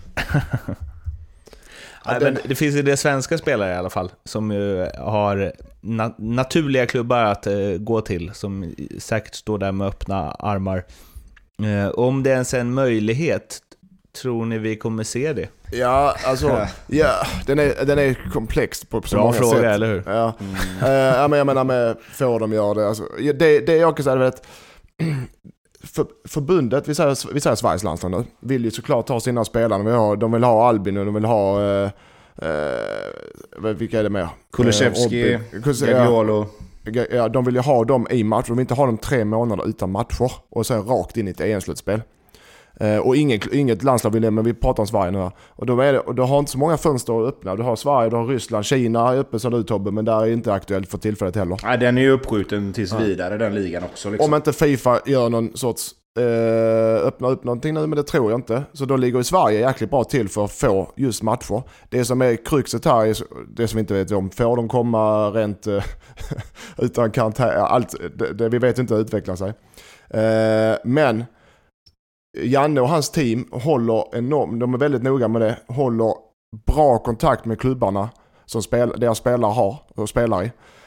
Ja, men det finns ju det svenska spelare i alla fall som ju har na- naturliga klubbar att uh, gå till, som säkert står där med öppna armar. Uh, om det ens är en möjlighet, tror ni vi kommer se det? Ja, alltså ja, den är den är komplex på så Bra många fråga, sätt. eller hur? Ja. Mm. Uh, ja, men jag menar med får de göra det, alltså, det det jag kan säga är att för, förbundet, vi säger, vi säger Sveriges landslag nu, vill ju såklart ha sina spelare. Vi har, de vill ha Albin och de vill ha uh, uh, vilka är det mer? Kulusevski, Gagliolo. Ja, de vill ju ha dem i match. De vill inte ha dem tre månader utan matcher och sen rakt in i ett E M-slutspel. Eh, och inget, inget landslag vill det, men vi pratar om Sverige nu här. Och då, är det, och då har inte så många fönster att öppna. Du har Sverige, du har Ryssland, Kina är uppe som du Tobbe, men där är inte aktuellt för tillfället heller. Nej, den är ju uppskjuten tills vidare, den ligan också. Liksom. Om inte FIFA gör någon sorts eh, öppna upp någonting nu, men det tror jag inte. Så då ligger Sverige jäkligt bra till för att få just matcher. Det som är kruxet här är det som vi inte vet om. Får de komma rent eh, utan karantän? Allt, det, det, vi vet inte hur det utvecklar sig. Eh, men Janne och hans team håller enormt, de är väldigt noga med det, håller bra kontakt med klubbarna som spel, deras spelare har och spelar i.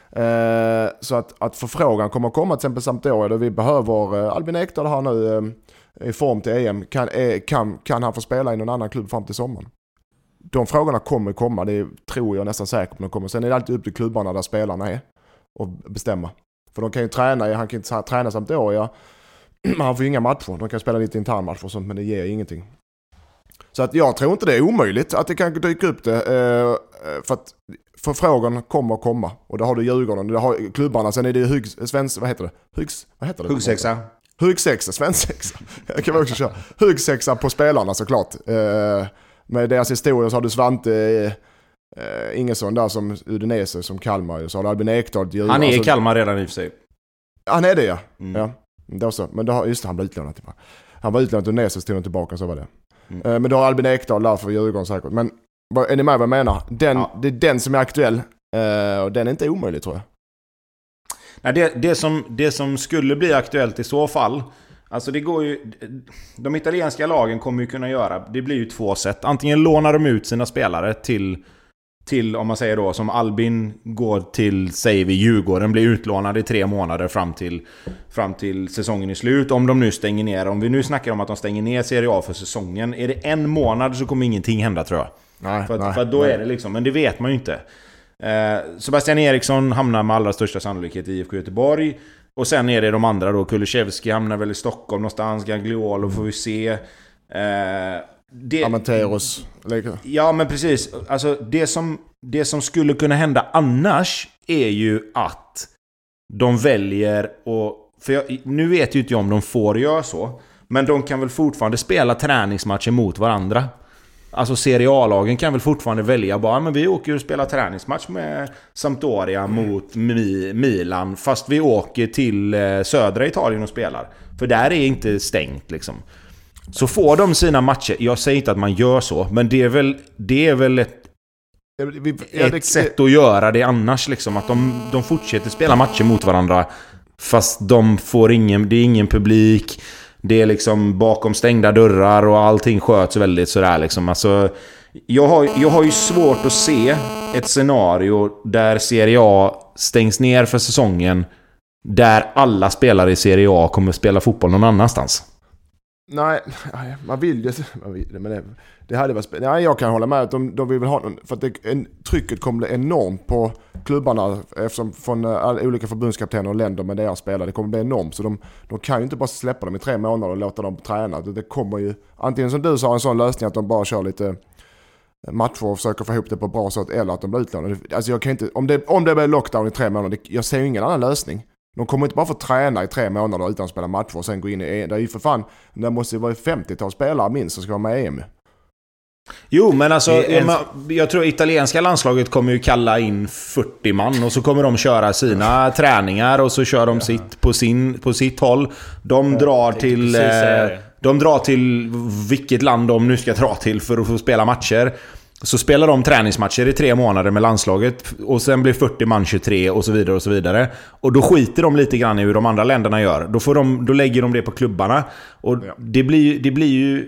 Eh, så att, att förfrågan kommer att komma till exempel Sampdoria då vi behöver eh, Albin Ekdal här nu eh, i form till E M. Kan, eh, kan, kan han få spela i någon annan klubb fram till sommaren? De frågorna kommer komma, det tror jag nästan säkert de kommer. Sen är det alltid upp till klubbarna där spelarna är och bestämma. För de kan ju träna, han kan inte träna Sampdoria. Han får inga matcher. De kan spela lite internmatcher och sånt, men det ger ingenting. Så att jag tror inte det är omöjligt att det kan dyka upp det. Eh, för att förfrågan kommer att komma. Och då har du Djurgården, det har klubbarna. Sen är det Huggs, Svens, vad heter det? Huggs, vad heter det? Huggsexa. Huggsexa, Svensexa. Jag kan man också köra. Huggsexa på spelarna såklart. Eh, med deras historia så har du Svante eh, Ingesson där som Udinese, som Kalmar. Så har du Albin Ekdal. Djurgården. Han är i alltså, Kalmar redan i och för sig. Han är det, ja. Mm. Ja. Det så. Men då, just det, han blev utlånad tillbaka. Han var utlånad till Udinese, stod han tillbaka, så var det. Mm. Eh, men då har Albin Ekdal där för Djurgården säkert. Men är ni med vad jag menar? Den, ja. Det är den som är aktuell. Eh, och den är inte omöjlig, tror jag. Nej, det, det, som, det som skulle bli aktuellt i så fall, alltså det går ju, de italienska lagen kommer ju kunna göra, det blir ju två sätt. Antingen lånar de ut sina spelare till, till om man säger då, som Albin går till, säger vi, Djurgården, blir utlånad i tre månader fram till, fram till säsongen är slut. Om de nu stänger ner, om vi nu snackar om att de stänger ner Serie A för säsongen, är det en månad så kommer ingenting hända, tror jag. Nej, för, nej, för då nej. är det liksom, men det vet man ju inte. Eh, Sebastian Eriksson hamnar med allra största sannolikhet i I F K Göteborg. Och sen är det de andra då. Kulusevski hamnar väl i Stockholm någonstans. Gagliolo får vi se. Eh, det, Amanteros. Ja, men precis. Alltså, det, som, det som skulle kunna hända annars är ju att de väljer och, för jag, nu vet ju inte jag om de får göra så, men de kan väl fortfarande spela träningsmatcher mot varandra. Alltså Serie A-lagen kan väl fortfarande välja bara, men vi åker och spelar träningsmatch med Sampdoria mm. mot Mi- Milan, fast vi åker till eh, södra Italien och spelar. För där är inte stängt liksom. Så får de sina matcher, jag säger inte att man gör så, men det är väl, det är väl ett, vi, ja, ett det, sätt att göra det annars liksom, att de, de fortsätter spela matcher mot varandra, fast de får ingen, det är ingen publik. Det är liksom bakom stängda dörrar och allting sköts väldigt sådär liksom. Alltså, jag, har, jag har ju svårt att se ett scenario där Serie A stängs ner för säsongen, där alla spelare i Serie A kommer spela fotboll någon annanstans. Nej, man vill ju, man vill, men det, det hade varit spännande. Nej, jag kan hålla med att de, de vill ha någon, för att det, en, trycket kommer bli enormt på klubbarna eftersom från alla olika förbundskaptener och länder med deras spelare. Det kommer bli enormt, så de, de kan ju inte bara släppa dem i tre månader och låta dem träna. Det, det kommer ju, antingen som du sa, en sån lösning att de bara kör lite matcher och försöker få ihop det på ett bra sätt, eller att de blir utlånade. Alltså jag kan inte, om det, om det blir lockdown i tre månader, jag ser ju ingen annan lösning. De kommer inte bara få träna i tre månader utan att spela matcher och sen gå in i E M. Det är ju för fan, det måste ju vara femtiotal spelare minst som ska vara med i E M. Jo, men alltså en... jag, jag tror italienska landslaget kommer ju kalla in fyrtio man och så kommer de köra sina träningar och så kör de ja. sitt på, sin, på sitt håll. De ja, drar till eh, de drar till vilket land de nu ska dra till för att få spela matcher. Så spelar de träningsmatcher i tre månader med landslaget och sen blir fyrtio man tjugotre och så vidare och så vidare. Och då skiter de lite grann i hur de andra länderna gör. Då, får de, då lägger de det på klubbarna. Och ja. det, blir, det blir ju...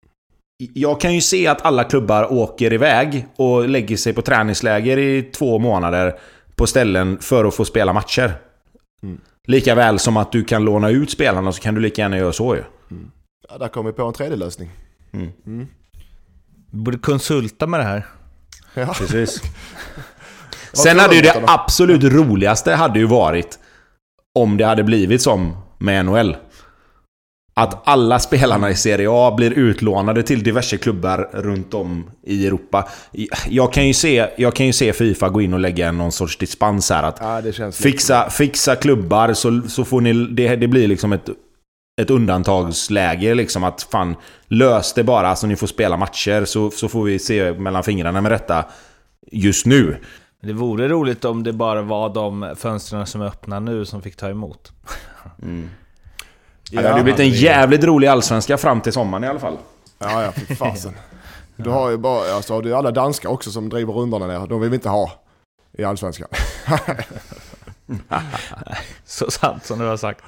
Jag kan ju se att alla klubbar åker iväg och lägger sig på träningsläger i två månader på ställen för att få spela matcher. Mm. Lika väl som att du kan låna ut spelarna, så kan du lika gärna göra så ju. Mm. Ja, där kommer vi på en tredje lösning. Mm. Mm. Borde konsulta med det här. Ja. Precis. Sen hade ju det absolut roligaste hade ju varit om det hade blivit som med N H L. Att alla spelarna i Serie A blir utlånade till diverse klubbar runt om i Europa. Jag kan ju se, jag kan ju se FIFA gå in och lägga någon sorts dispens här. Att ja, det känns fixa, fixa klubbar så, så får ni, det, det blir liksom ett ett undantagsläge liksom, att fan, lös det bara, alltså ni får spela matcher, så, så får vi se mellan fingrarna med detta just nu. Det vore roligt om det bara var de fönstren som är öppna nu som fick ta emot. Mm. Ja, det hade blivit en jävligt rolig allsvenska fram till sommaren i alla fall. Ja, ja, för fasen. Du har ju bara, alltså, det är alla danskar också som driver rundorna där. De vill vi inte ha i allsvenskan. Så sant som du har sagt.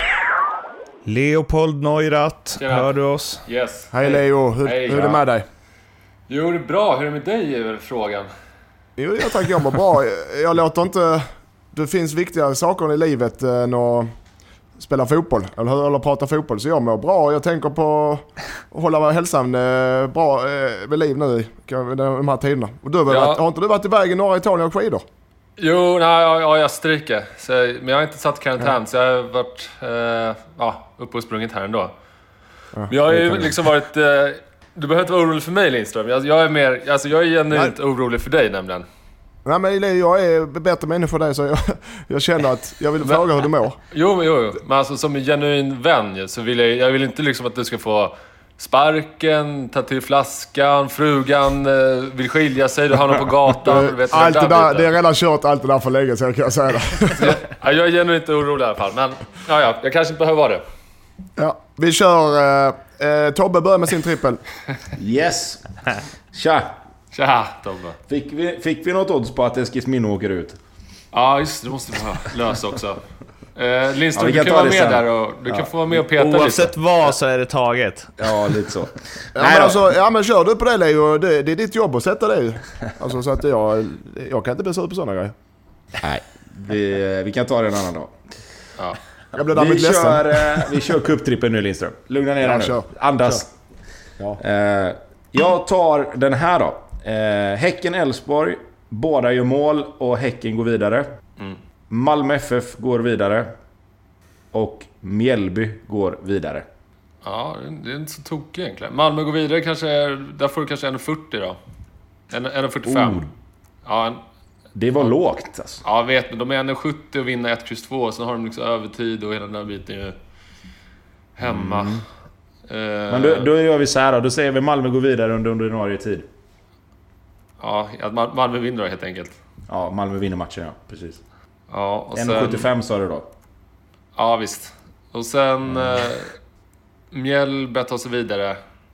Leopold Neurath, Tjena. hör du oss? Yes. Hej Leo, hur, Hej, hur är det ja. med dig? Jo, det är bra. Hur är det med dig är väl frågan? Jo, jag tackar jag mår bra. Jag låter inte... Det finns viktigare saker i livet än att spela fotboll, eller hur? Eller prata fotboll. Så jag mår bra. Jag tänker på att hålla hälsan bra vid liv nu i de här tiderna. Och du, Ja. har inte du varit iväg i norra Italien och skidor? Jo, nej, ja, ja, jag stryker. Så, men jag har inte satt karantän, så jag har varit eh, ja, uppe och sprungit här ändå. Ja, Men jag har det ju kan liksom varit... Eh, du behöver inte vara orolig för mig, Lindström. Jag, jag är mer... Alltså, jag är genuint orolig för dig, nämligen. Nej, men Leo, jag är bättre människa för dig, så jag, jag känner att jag vill fråga hur du mår. Jo, jo, jo. Men alltså, som en genuin vän så vill jag... Jag vill inte liksom att du ska få sparken, ta till flaskan, frugan eh, vill skilja sig, du hamnar på gatan. Vet du, Allt det där där, biten. det är redan kört allt det där för länge sedan, kan jag säga det. Ja, jag är genuint inte orolig i alla fall, men ja, ja, jag kanske inte behöver vara det. Ja, vi kör... Eh, eh, Tobbe börjar med sin trippel. Yes. Tja. Tja, Tobbe. Fick vi, fick vi något odds på att Eskilsminno åker ut? Ja, just det. måste vi ha lösa också. Eh, Lindström, Ja, du kan vara med där och du kan få vara med och peta Oavsett lite. vad så är det taget. Ja, lite så. Ja, Nej men då. alltså, ja men kör du på det Leo, det, det är ditt jobb att sätta det ju. Alltså så att jag, jag kan inte bli sur på sådana grejer. Nej, vi, vi kan ta det en annan dag. Ja. Jag blir därmed Vi ledsen. kör, eh, vi kör cuptrippen nu, Lindström. Lugna ner Ja, dig nu. kör. Andas. Ja. Eh, jag tar den här då. Eh, Häcken-Elfsborg. Båda gör mål och Häcken går vidare. Mm. Malmö F F går vidare. Och Mjällby går vidare. Ja, det är inte så tokigt egentligen. Malmö går vidare kanske, där får du kanske en fyrtio då. En, en fyrtiofem. Oh. Ja, en, Det var lågt alltså. ja, jag vet, men de är en sjuttio och vinner ett kryss två. Sen har de liksom övertid och hela den där biten ju hemma. Mm. Eh, Men då, då gör vi så här då. Då säger vi Malmö går vidare under ordinarie tid. Ja, att Mal- Malmö vinner då, helt enkelt. Ja, Malmö vinner matchen, ja. Precis. Ja, och en sen... sjuttiofem sa du då. Ja, visst. Och sen... Eh, Mjällby tar sig vidare.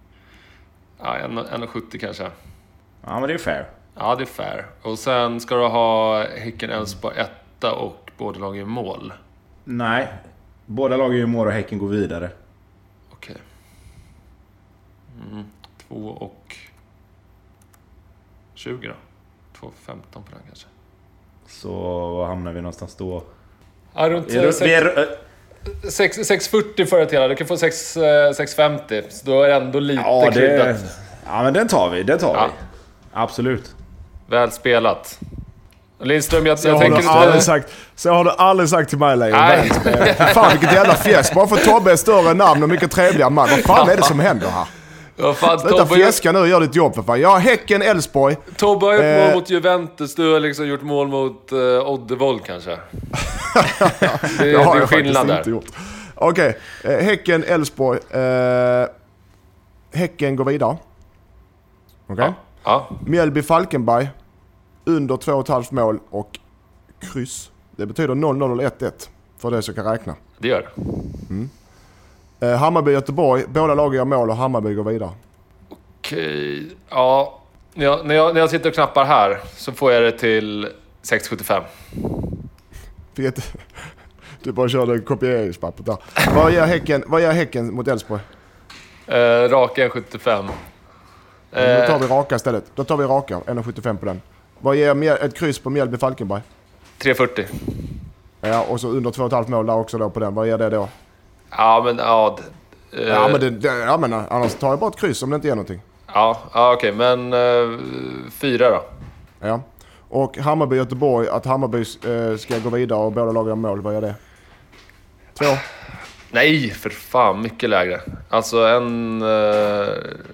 Ja, en sjuttio kanske. Ja, men det är fair. Ja, det är fair. Och sen ska du ha Häcken Elfsborg etta och båda lagen i mål. Nej. Båda lagen gör mål och Häcken går vidare. Okej. Mm, två och tjugo då. två femton på den kanske. Så var hamnar vi någonstans då? Ja, runt Är det, vi är, sex fyrtio för ett hela. Du kan få sex femtio. Så då är det ändå lite ja, det, kryddat. ja, men den tar vi. Den tar Ja. vi. Absolut. Väl spelat. Lindström, jag, Så jag har, tänker du aldrig inte... sagt, så har du aldrig sagt till mig Leo. Nej. Fan vilket jävla fjäsk. Bara för Tobbe är större namn och mycket trevligare man. Vad fan är det som händer här? Vad fan, Sluta Tobbe, fjäska nu och gör ditt jobb för fan. Jag har Häcken, Elfsborg. Tobbe har gjort Eh. mål mot Juventus. Du har liksom gjort mål mot uh, Oddevold kanske. det, det Det har är jag skillnad faktiskt där. inte gjort. Okej, eh, Häcken, Elfsborg. Eh, häcken går vidare. Okej. Ja. Ja. Mjällby, Falkenberg. Under två och ett halvt mål och kryss. Det betyder noll noll eller ett ett för det som kan räkna. Det gör det. Eh, Hammarby, Göteborg. Båda lagen gör mål och Hammarby går vidare. Okej. Ja. När jag, när, jag, när jag sitter och knappar här så får jag det till sex sjuttiofem. Vet, du bara körde kopieringspappret där. Vad gör Häcken, vad gör häcken mot Elfsborg? Eh, raka en sjuttiofem. Då tar vi raka istället. Då tar vi raka. en komma sjuttiofem på den. Vad ger Mjäl- ett kryss på Mjällby, Falkenberg? tre fyrtio. Ja, och så under två och ett halvt mål där också då på den. Vad ger det då? Ja, men ja... d- eh, Ja, men, det, det, ja, men annars tar jag bara ett kryss om det inte ger någonting. Ja, ja okej. Men eh, fyra då. Ja. Och Hammarby, Göteborg. Att Hammarby eh, ska gå vidare och båda lagen gör mål. Vad gör det? Två. Nej, för fan. Mycket lägre. Alltså en... Eh,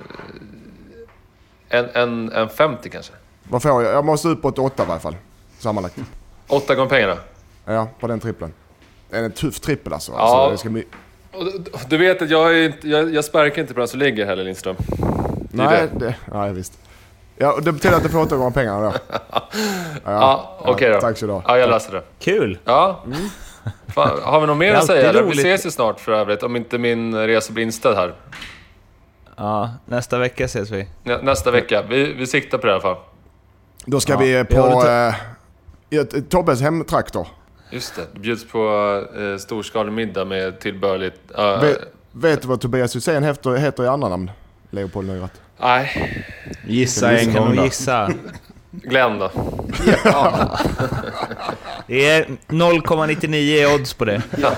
en, en, en femtio kanske. Vad får jag? Jag måste ut på ett åtta i varje fall. Sammanlagt. Åtta gånger pengarna. Ja, på den trippeln. Det är en tuff trippel alltså. Ja. alltså det ska bli... Du vet att jag, är inte, jag, jag sparkar inte på den som ligger heller, Lindström. Det nej, det. Det, nej, visst. Ja, det betyder att du får återgå med pengarna då. Ja, ja okej okay då. Tack så då. Ja, jag läser det. Kul. Ja. Mm. Fan, har vi något mer att säga? Eller? Vi ses ju snart för övrigt, om inte min resa blir inställd här. Ja, nästa vecka ses vi. Nä, nästa vecka. Vi, vi siktar på det i alla fall. Då ska ja, vi på eh, Tobbes hemtraktor. Just det. Det bjuds på eh, storskalig middag med tillbörligt... Uh, vet, vet du vad Tobias Hysén heter, heter i andra namn? Leopold Nyrat. Nej. Gissa en gång då. Gissa. Glenn då. Ja. Det är noll komma nittionio odds på det. Ja,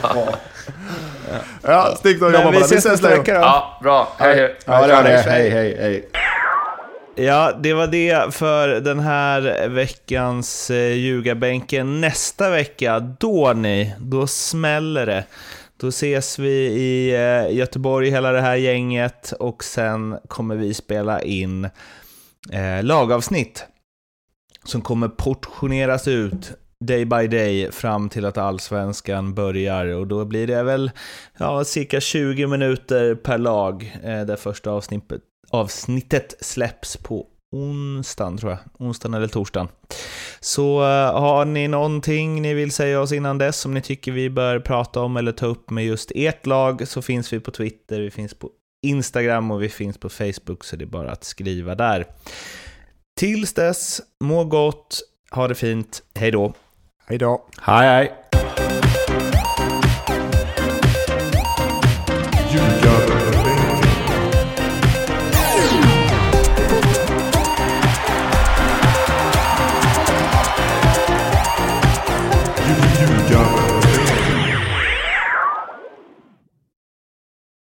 ja stick då och jobba på det. Vi ses nästa vecka då. Ja, bra. Hej, hej. Ja, det var det. Hej, hej, hej. Ja, det var det för den här veckans eh, ljugarbänken. Nästa vecka, då ni, då smäller det. Då ses vi i eh, Göteborg, hela det här gänget, och sen kommer vi spela in eh, lagavsnitt som kommer portioneras ut day by day fram till att allsvenskan börjar, och då blir det väl ja, cirka tjugo minuter per lag. Eh, det första avsnittet Avsnittet släpps på onsdagen, tror jag. Onsdagen eller torsdagen. Så uh, har ni någonting ni vill säga oss innan dess som ni tycker vi bör prata om eller ta upp med just ert lag, så finns vi på Twitter, vi finns på Instagram och vi finns på Facebook, så det är bara att skriva där. Tills dess, må gott, ha det fint, hej då. Hej då. Hej, hej.